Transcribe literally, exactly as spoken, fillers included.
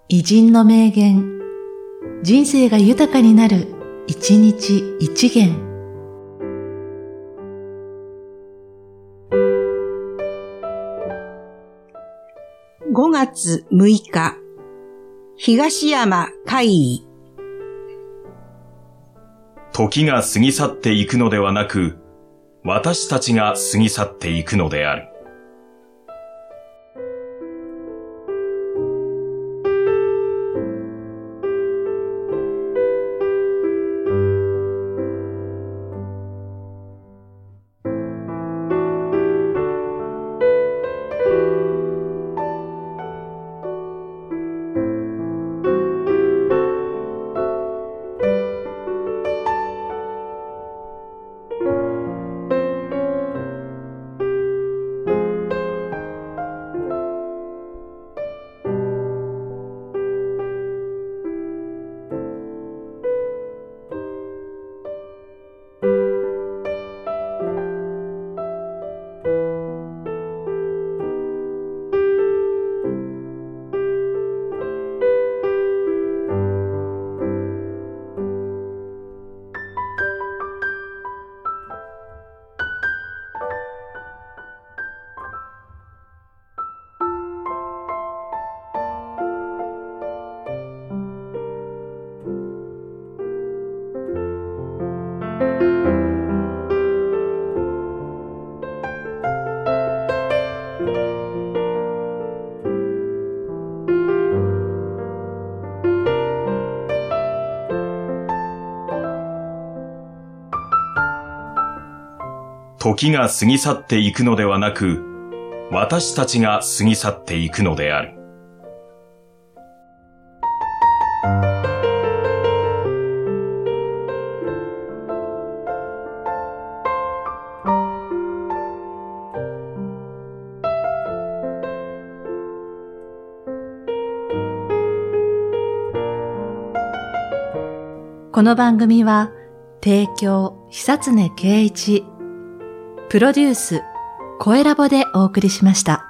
偉人の名言、人生が豊かになる、一日一元。 ごがつむいか、東山魁夷。 時が過ぎ去っていくのではなく、私たちが過ぎ去っていくのである。時が過ぎ去っていくのではなく、私たちが過ぎ去っていくのである。 この番組は、提供、久常圭一、プロデュース、声ラボでお送りしました。